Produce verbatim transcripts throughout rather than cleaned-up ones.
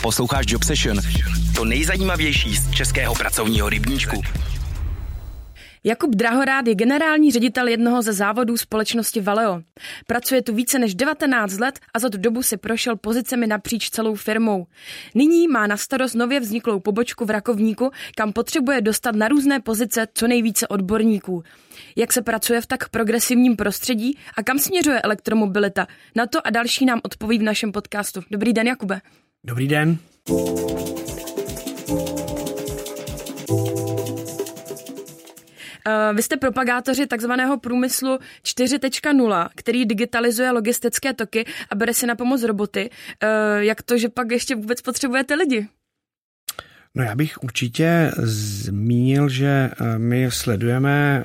Posloucháš Job Session, to nejzajímavější z českého pracovního rybníčku. Jakub Drahorád je generální ředitel jednoho ze závodů společnosti Valeo. Pracuje tu více než devatenáct let a za tu dobu si prošel pozicemi napříč celou firmou. Nyní má na starost nově vzniklou pobočku v Rakovníku, kam potřebuje dostat na různé pozice co nejvíce odborníků. Jak se pracuje v tak progresivním prostředí a kam směřuje elektromobilita? Na to a další nám odpoví v našem podcastu. Dobrý den, Jakube. Dobrý den. Vy jste propagátoři takzvaného průmyslu čtyři tečka nula, který digitalizuje logistické toky a bere si na pomoc roboty. Jak to, že pak ještě vůbec potřebujete lidi? No já bych určitě zmínil, že my sledujeme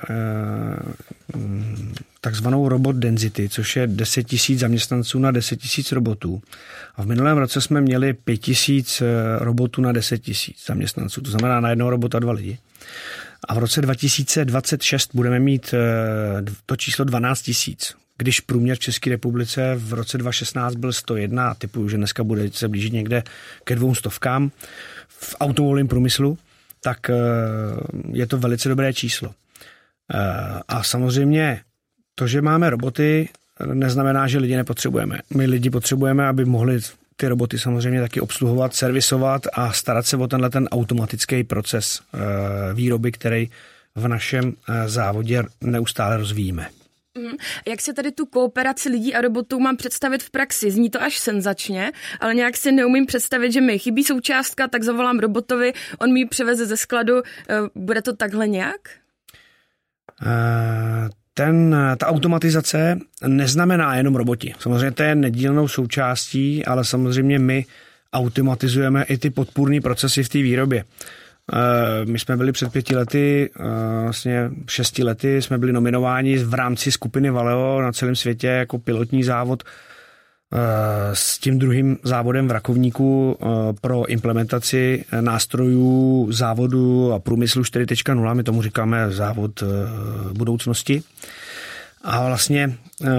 takzvanou robot density, což je deset tisíc zaměstnanců na deset tisíc robotů. A v minulém roce jsme měli pět tisíc robotů na deset tisíc zaměstnanců, to znamená na jednoho robota dva lidi. A v roce dva tisíce dvacet šest budeme mít to číslo dvanáct tisíc. Když průměr v České republice v roce dva tisíce šestnáct byl sto jedna a typuju, že dneska bude se blížit někde ke dvou stovkám v automobilovém průmyslu, tak je to velice dobré číslo. A samozřejmě to, že máme roboty, neznamená, že lidi nepotřebujeme. My lidi potřebujeme, aby mohli ty roboty samozřejmě taky obsluhovat, servisovat a starat se o tenhle ten automatický proces výroby, který v našem závodě neustále rozvíjíme. Jak se tady tu kooperaci lidí a robotů mám představit v praxi? Zní to až senzačně, ale nějak si neumím představit, že mi chybí součástka, tak zavolám robotovi, on mi ji přiveze ze skladu. Bude to takhle nějak? Uh... Ten, ta automatizace neznamená jenom roboti. Samozřejmě to je nedílnou součástí, ale samozřejmě my automatizujeme i ty podpůrné procesy v té výrobě. My jsme byli před pěti lety, vlastně šesti lety, jsme byli nominováni v rámci skupiny Valeo na celém světě jako pilotní závod s tím druhým závodem v Rakovníku pro implementaci nástrojů závodu a průmyslu čtyři tečka nula. My tomu říkáme závod budoucnosti. A vlastně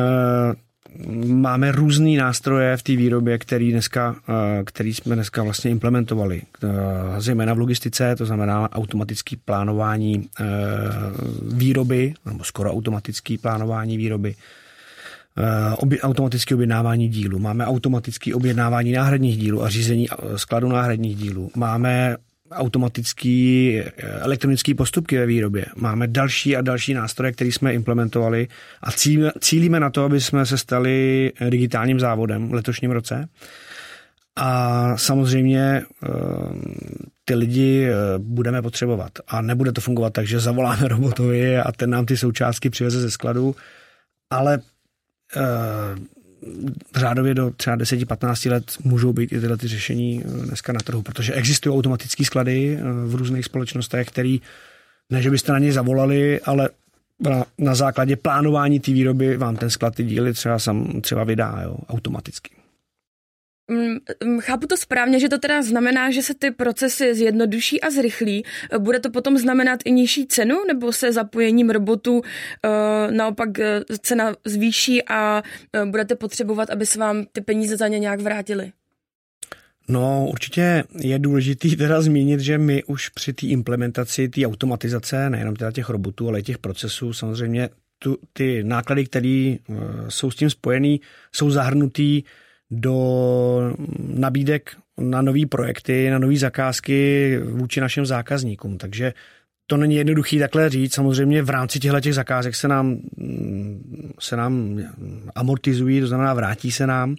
máme různý nástroje v té výrobě, který, dneska, který jsme dneska vlastně implementovali. Zejména v logistice, to znamená automatické plánování výroby, nebo skoro automatické plánování výroby. Obě, automatické objednávání dílů. Máme automatické objednávání náhradních dílů a řízení skladu náhradních dílů. Máme automatické elektronické postupky ve výrobě. Máme další a další nástroje, které jsme implementovali a cíl, cílíme na to, aby jsme se stali digitálním závodem v letošním roce. A samozřejmě ty lidi budeme potřebovat. A nebude to fungovat tak, že zavoláme robotovi a ten nám ty součástky přiveze ze skladu, ale řádově do třeba deset až patnáct let můžou být i tyhle ty řešení dneska na trhu, protože existují automatické sklady v různých společnostech, který ne, že byste na ně zavolali, ale na, na základě plánování té výroby vám ten sklad ty díly třeba, sam, třeba vydá jo, automaticky. Chápu to správně, že to teda znamená, že se ty procesy zjednoduší a zrychlí. Bude to potom znamenat i nižší cenu, nebo se zapojením robotů naopak cena zvýší a budete potřebovat, aby se vám ty peníze za ně nějak vrátily? No určitě je důležitý teda zmínit, že my už při té implementaci, té automatizace, nejenom teda těch robotů, ale i těch procesů, samozřejmě tu, ty náklady, které jsou s tím spojený, jsou zahrnutý do nabídek na nové projekty, na nové zakázky vůči našim zákazníkům. Takže to není jednoduchý takhle říct. Samozřejmě v rámci těchto zakázek se nám, se nám amortizují, to znamená vrátí se nám.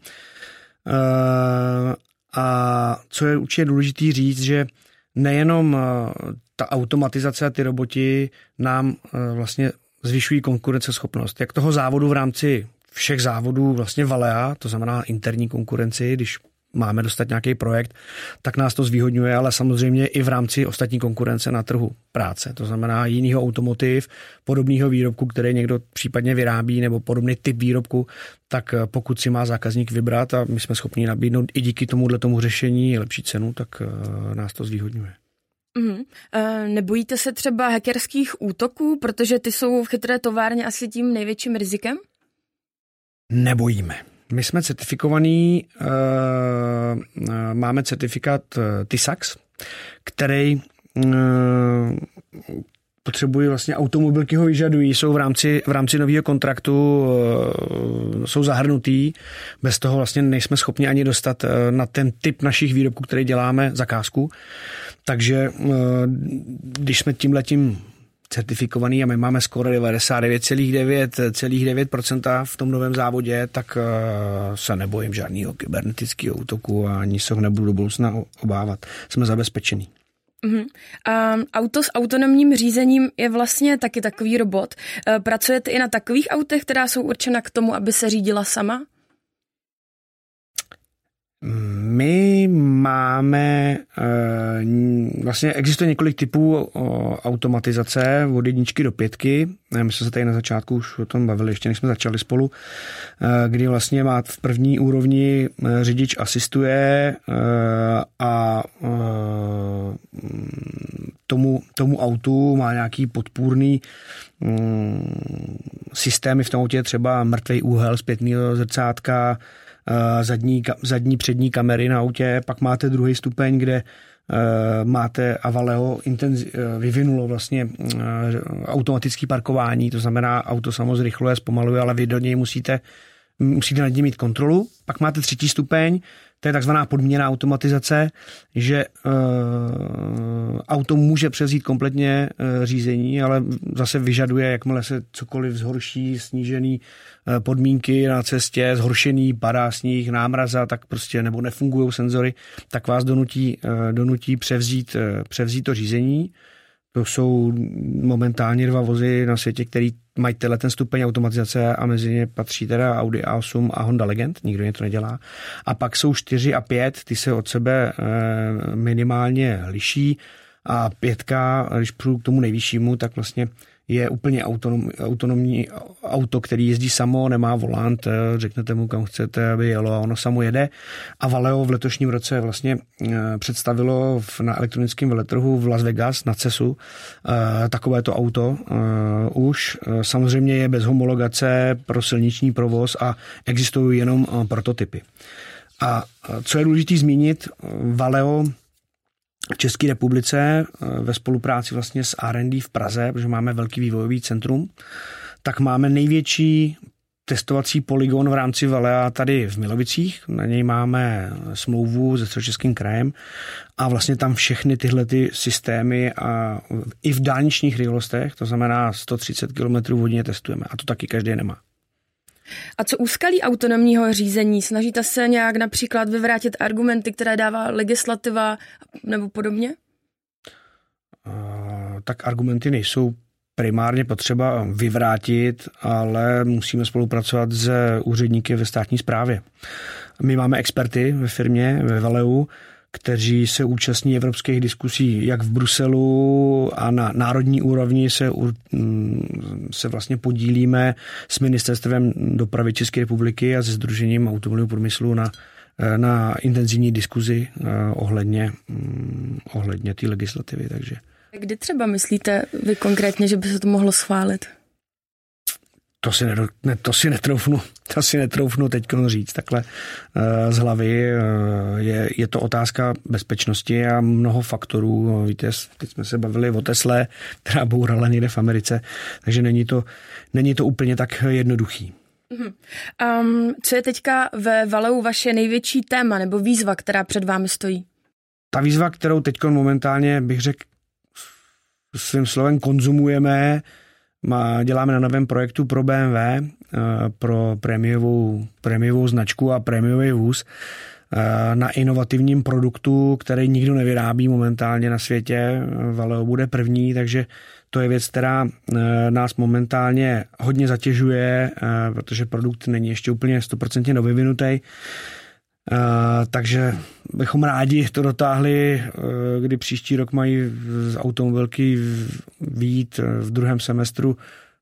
A co je určitě důležitý říct, že nejenom ta automatizace a ty roboti nám vlastně zvyšují konkurenceschopnost. Jak toho závodu v rámci všech závodů vlastně Valea, to znamená interní konkurenci, když máme dostat nějaký projekt, tak nás to zvýhodňuje, ale samozřejmě i v rámci ostatní konkurence na trhu práce. To znamená jinýho automotiv, podobného výrobku, který někdo případně vyrábí, nebo podobný typ výrobku, tak pokud si má zákazník vybrat a my jsme schopni nabídnout i díky tomuhle tomu řešení lepší cenu, tak nás to zvýhodňuje. Mm. Nebojíte se třeba hackerských útoků, protože ty jsou v chytré továrně asi tím největším rizikem? Nebojíme. My jsme certifikovaní, máme certifikát T I S A X, který potřebují vlastně automobilky ho vyžadují, jsou v rámci, v rámci nového kontraktu, jsou zahrnutý, bez toho vlastně nejsme schopni ani dostat na ten typ našich výrobků, který děláme, zakázku. Takže když jsme tímhletím certifikovaný a my máme skoro devadesát devět celá devět procenta v tom novém závodě, tak se nebojím žádného kybernetického útoku a ani se ho nebudu do budoucna obávat. Jsme zabezpečení. Uh-huh. A auto s autonomním řízením je vlastně taky takový robot. Pracujete i na takových autech, která jsou určena k tomu, aby se řídila sama? My máme, vlastně existuje několik typů automatizace od jedničky do pětky. My jsme se tady na začátku už o tom bavili, ještě než jsme začali spolu, kdy vlastně má v první úrovni řidič asistuje a tomu, tomu autu má nějaký podpůrný systémy v tom autě, třeba mrtvej úhel, zpětného zrcátka, Zadní, zadní přední kamery na autě, pak máte druhý stupeň, kde uh, máte a Valeo intenzi- vyvinulo vlastně uh, automatické parkování, to znamená, auto samo zrychluje, zpomaluje, ale vy do něj musíte, musíte nad ním mít kontrolu. Pak máte třetí stupeň, to je takzvaná podmíněná automatizace, že uh, auto může převzít kompletně uh, řízení, ale zase vyžaduje, jakmile se cokoliv zhorší, snížený uh, podmínky na cestě, zhoršený, padá sníh, námraza, tak prostě nebo nefungují senzory, tak vás donutí, uh, donutí převzít, uh, převzít to řízení. To jsou momentálně dva vozy na světě, který mají tenhle ten stupeň automatizace a mezi ně patří teda Audi A osm a Honda Legend, nikdo je to nedělá. A pak jsou čtyři a pět, ty se od sebe minimálně liší a pětka, když přijdu k tomu nejvyššímu, tak vlastně je úplně autonom, autonomní auto, který jezdí samo, nemá volant, řeknete mu, kam chcete, aby jelo a ono samo jede. A Valeo v letošním roce vlastně představilo na elektronickém veletrhu v Las Vegas na CESu takovéto auto už. Samozřejmě je bez homologace pro silniční provoz a existují jenom prototypy. A co je důležité zmínit, Valeo v České republice ve spolupráci vlastně s R and D v Praze, protože máme velký vývojový centrum, tak máme největší testovací polygon v rámci Valea tady v Milovicích. Na něj máme smlouvu se Středočeským krajem a vlastně tam všechny tyhle ty systémy a i v dálničních rychlostech, to znamená sto třicet kilometrů hodině testujeme a to taky každý nemá. A co úskalí autonomního řízení? Snažíte se nějak například vyvrátit argumenty, které dává legislativa nebo podobně? Uh, tak argumenty nejsou primárně potřeba vyvrátit, ale musíme spolupracovat s úředníky ve státní správě. My máme experty ve firmě, ve Valeu, kteří se účastní evropských diskusí jak v Bruselu a na národní úrovni se, se vlastně podílíme s Ministerstvem dopravy České republiky a se Sdružením automobilového průmyslu na, na intenzivní diskuzi ohledně, ohledně té legislativy. Takže. Kdy třeba myslíte vy konkrétně, že by se to mohlo schválit? To si, ne, ne, to si netroufnu, to si netroufnu teď říct takhle z hlavy. Je, je to otázka bezpečnosti a mnoho faktorů. Víte, teď jsme se bavili o Tesle, která bourala někde v Americe, takže není to, není to úplně tak jednoduchý. Uh-huh. Um, co je teďka ve Valeu vaše největší téma nebo výzva, která před vámi stojí? Ta výzva, kterou teď momentálně bych řekl svým slovem konzumujeme, Má, děláme na novém projektu pro B M W, pro prémiovou, prémiovou značku a prémiový vůz na inovativním produktu, který nikdo nevyrábí momentálně na světě. Valeo bude první, takže to je věc, která nás momentálně hodně zatěžuje, protože produkt není ještě úplně sto procent dovyvinutý. Uh, takže bychom rádi to dotáhli, uh, kdy příští rok mají z automobilky vyjít v druhém semestru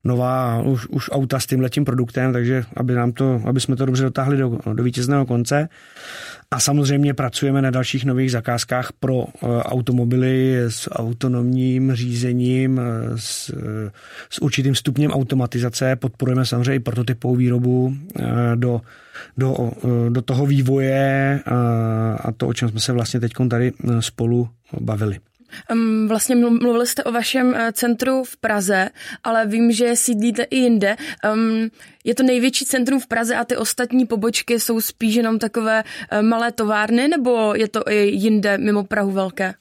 nová už, už auta s tímhletím produktem, takže aby, nám to, aby jsme to dobře dotáhli do, do vítězného konce. A samozřejmě pracujeme na dalších nových zakázkách pro uh, automobily s autonomním řízením, s, s určitým stupněm automatizace. Podporujeme samozřejmě i prototypovou výrobu uh, do, do, uh, do toho vývoje uh, a to, o čem jsme se vlastně teď tady spolu bavili. Um, vlastně mluvili jste o vašem centru v Praze, ale vím, že sídlíte i jinde. Um, je to největší centrum v Praze a ty ostatní pobočky jsou spíš jenom takové uh, malé továrny, nebo je to i jinde mimo Prahu velké?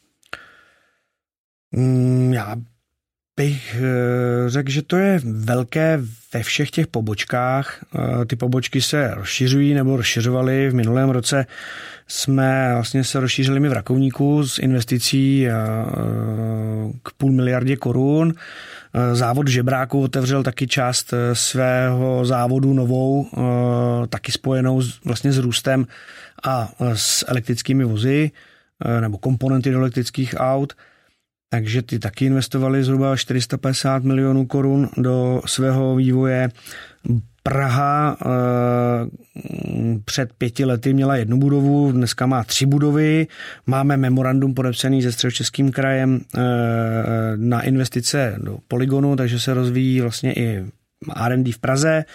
Mm, já bych uh, řekl, že to je velké ve všech těch pobočkách. Uh, ty pobočky se rozšiřují nebo rozšiřovaly. V minulém roce jsme vlastně se rozšířili my v Rakovníku s investicí k půl miliardě korun. Závod Žebráku otevřel taky část svého závodu novou, taky spojenou vlastně s růstem a s elektrickými vozy nebo komponenty do elektrických aut. Takže ty taky investovali zhruba čtyři sta padesát milionů korun do svého vývoje. Praha e, před pěti lety měla jednu budovu, dneska má tři budovy. Máme memorandum podepsaný se Středočeským krajem e, na investice do polygonu, takže se rozvíjí vlastně i R and D v Praze. E,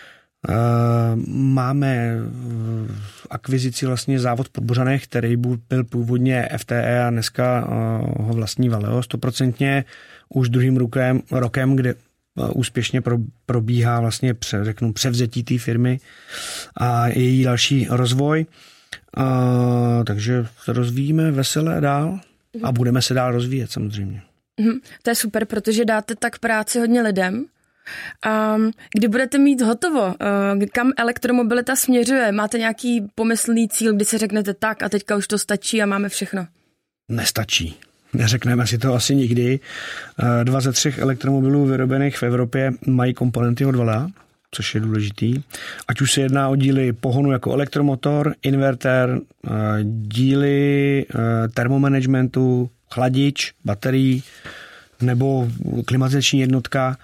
máme v akvizici vlastně závod v Podbořanech, který byl původně F T E a dneska ho vlastní Valeo stoprocentně. Už druhým rokem, rokem kde úspěšně probíhá vlastně řeknu, převzetí té firmy a její další rozvoj. A, takže se rozvíjíme veselé dál a budeme se dál rozvíjet samozřejmě. Mm, to je super, protože dáte tak práci hodně lidem. A kdy budete mít hotovo? Kam elektromobilita směřuje? Máte nějaký pomyslný cíl, kdy si řeknete tak a teďka už to stačí a máme všechno? Nestačí. Neřekneme si to asi nikdy. Dva ze třech elektromobilů vyrobených v Evropě mají komponenty od Valea, což je důležitý. Ať už se jedná o díly pohonu jako elektromotor, inverter, díly termomanagementu, chladič, baterií nebo klimatizační jednotka.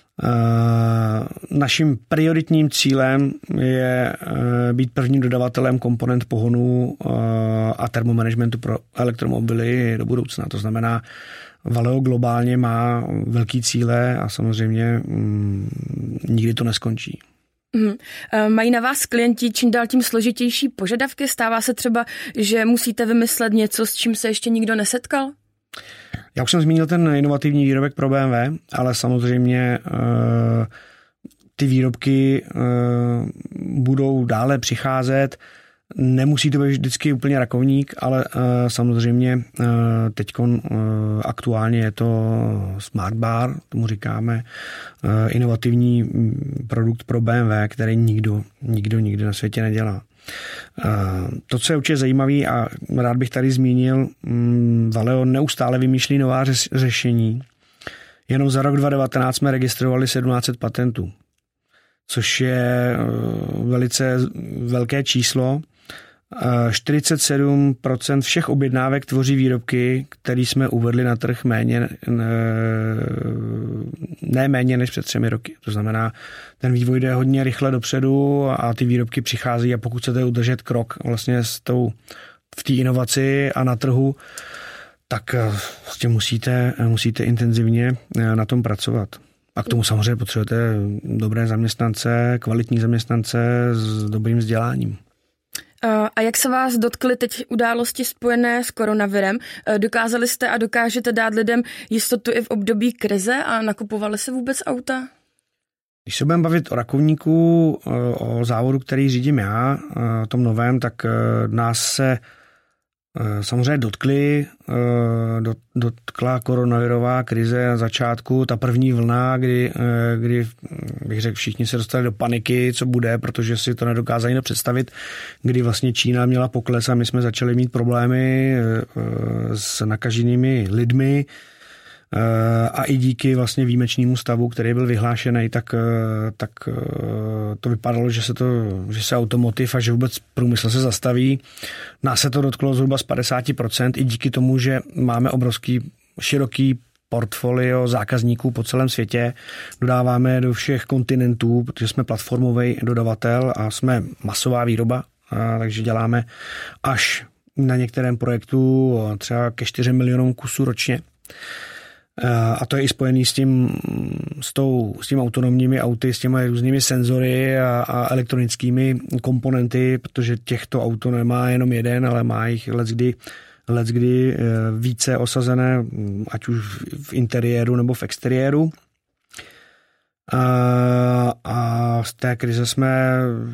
Naším prioritním cílem je být prvním dodavatelem komponent pohonu a termomanagementu pro elektromobily do budoucna. To znamená, Valeo globálně má velký cíle a samozřejmě mm, nikdy to neskončí. Hmm. Mají na vás klienti čím dál tím složitější požadavky? Stává se třeba, že musíte vymyslet něco, s čím se ještě nikdo nesetkal? Já už jsem zmínil ten inovativní výrobek pro B M W, ale samozřejmě ty výrobky budou dále přicházet. Nemusí to být vždycky úplně Rakovník, ale samozřejmě teď aktuálně je to Smart Bar, tomu říkáme, inovativní produkt pro B M W, který nikdo, nikdo nikdy na světě nedělá. To, co je určitě zajímavý a rád bych tady zmínil, Valeo neustále vymýšlí nová řešení. Jenom za rok dva tisíce devatenáct jsme registrovali sedmnáct set patentů, což je velice velké číslo. čtyřicet sedm procent všech objednávek tvoří výrobky, které jsme uvedli na trh méně, ne méně než před třemi roky. To znamená, ten vývoj jde hodně rychle dopředu a ty výrobky přicházejí a pokud chcete udržet krok vlastně s tou, v té inovaci a na trhu, tak vlastně musíte, musíte intenzivně na tom pracovat. A k tomu samozřejmě potřebujete dobré zaměstnance, kvalitní zaměstnance s dobrým vzděláním. A jak se vás dotkly teď události spojené s koronavirem? Dokázali jste a dokážete dát lidem jistotu i v období krize a nakupovali se vůbec auta? Když se budeme bavit o Rakovníku, o závodu, který řídím já, o tom novém, tak nás se samozřejmě dotkli, dotkla koronavirová krize na začátku, ta první vlna, kdy, kdy bych řekl, všichni se dostali do paniky, co bude, protože si to nedokázali představit, kdy vlastně Čína měla pokles a my jsme začali mít problémy s nakaženými lidmi a i díky vlastně výjimečnému stavu, který byl vyhlášený, tak, tak to vypadalo, že se, to, že se automotiv a že vůbec průmysl se zastaví. Nás se to dotklo zhruba z padesát procent i díky tomu, že máme obrovský, široký portfolio zákazníků po celém světě. Dodáváme do všech kontinentů, protože jsme platformový dodavatel a jsme masová výroba, a takže děláme až na některém projektu třeba ke čtyřem milionům kusů ročně. A to je i spojený s tím, s, tou, s tím autonomními auty, s těmi různými senzory a, a elektronickými komponenty, protože těchto auto nemá jenom jeden, ale má jich leckdy, leckdy více osazené, ať už v interiéru nebo v exteriéru. A, a z té krize jsme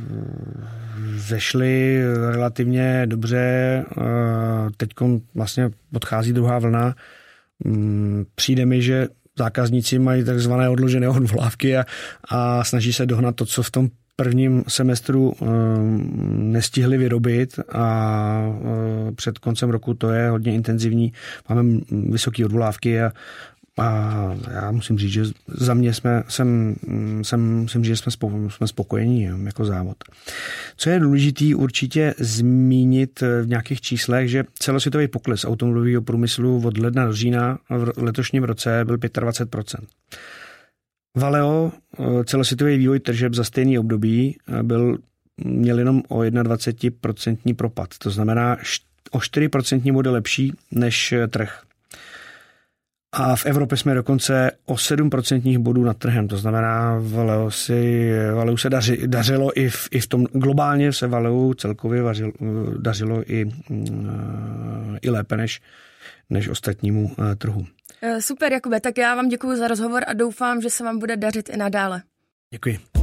zešli relativně dobře. Teď vlastně odchází druhá vlna. Přijde mi, že zákazníci mají takzvané odložené odvolávky a, a snaží se dohnat to, co v tom prvním semestru um, nestihli vyrobit a uh, před koncem roku to je hodně intenzivní. Máme vysoké odvolávky a, a já musím říct, že za mě jsme, jsem, jsem, musím říct, že jsme, spoko, jsme spokojení jako závod. Co je důležitý určitě zmínit v nějakých číslech, že celosvětový pokles automobilového průmyslu od ledna do října v letošním roce byl dvacet pět procent. Valeo, celosvětový vývoj tržeb za stejný období, byl, měl jenom o dvacet jedna procent propad. To znamená o čtyři procentní body lepší než trh. A v Evropě jsme dokonce o sedm procentních bodů nad trhem. To znamená, Valeo, si, Valeu se daři, dařilo i v, i v tom, globálně se Valeu celkově vařilo, dařilo i, i lépe než, než ostatnímu trhu. Super, Jakube, tak já vám děkuji za rozhovor a doufám, že se vám bude dařit i nadále. Děkuji.